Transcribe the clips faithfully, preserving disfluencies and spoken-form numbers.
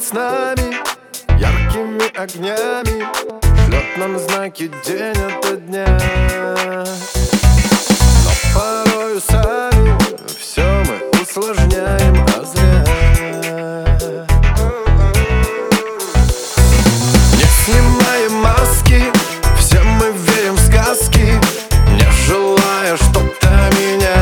с нами яркими огнями, шлет нам знаки день ото дня. Но порою сами все мы усложняем, а зря. Не снимаем маски, все мы верим в сказки, не желая что-то менять.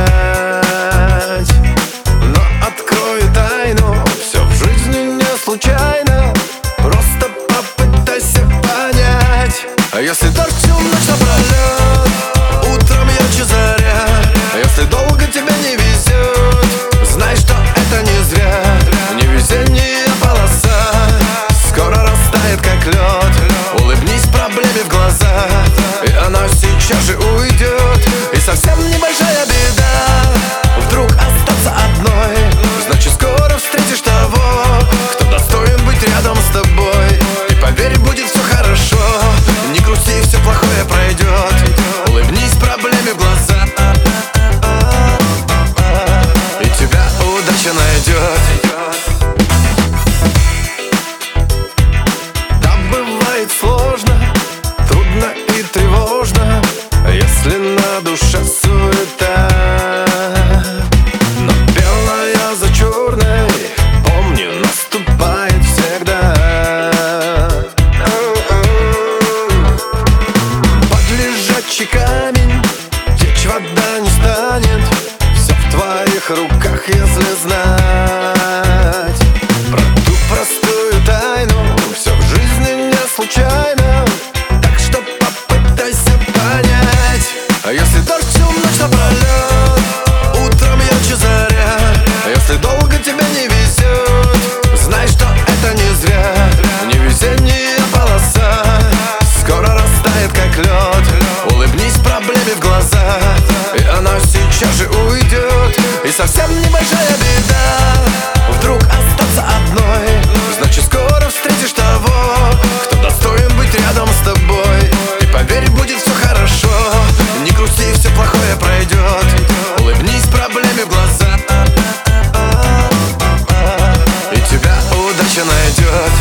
Но открою тайну, все в жизни не случайно, просто попытайся понять. А если дождь всю ночь напролет, утром ярче заря, а если долго тебе не везет, знай, что это не зря. Невезение полоса скоро растает, как лед. Улыбнись проблеме в глаза, и она сейчас же уйдет. И совсем небольшая беда вдруг остаться одной, значит скоро встретишь того, кто достоин быть рядом с тобой. И поверь, будет все хорошо, не грусти, все плохое пройдет. Улыбнись проблеме в глаза, и тебя удача найдет. Да, бывает сложно, трудно и тревожно, если на душе суета. Но белая за черной, помни, наступает всегда. Под лежачий камень течь вода не станет, все в твоих руках, если знать про ту простую тайну. Все в жизни не случайно, так что попытайся понять. А если дождь всю ночь напролет, утром ярче заря, а если долго тебе не везет, знай, что это не зря. Невезение полоса скоро растает, как лед. Улыбнись проблеме в глаза, и она сейчас же уйдет. И совсем небольшая беда вдруг остаться одной, значит скоро встретишь того, кто достоин быть рядом с тобой. И поверь, будет все хорошо, не грусти, все плохое пройдет. Улыбнись проблеме в глаза, и тебя удача найдет.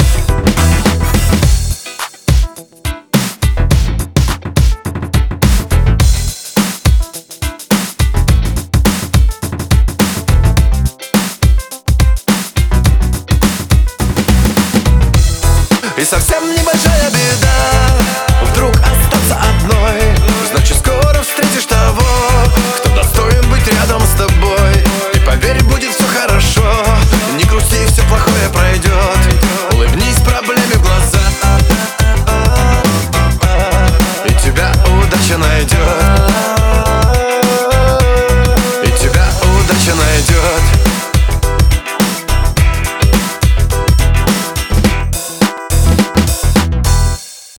И совсем небольшая беда вдруг остаться одной, значит скоро встретишь того, кто достоин быть рядом с тобой. И поверь, будет все хорошо, не грусти, все плохое пройдет.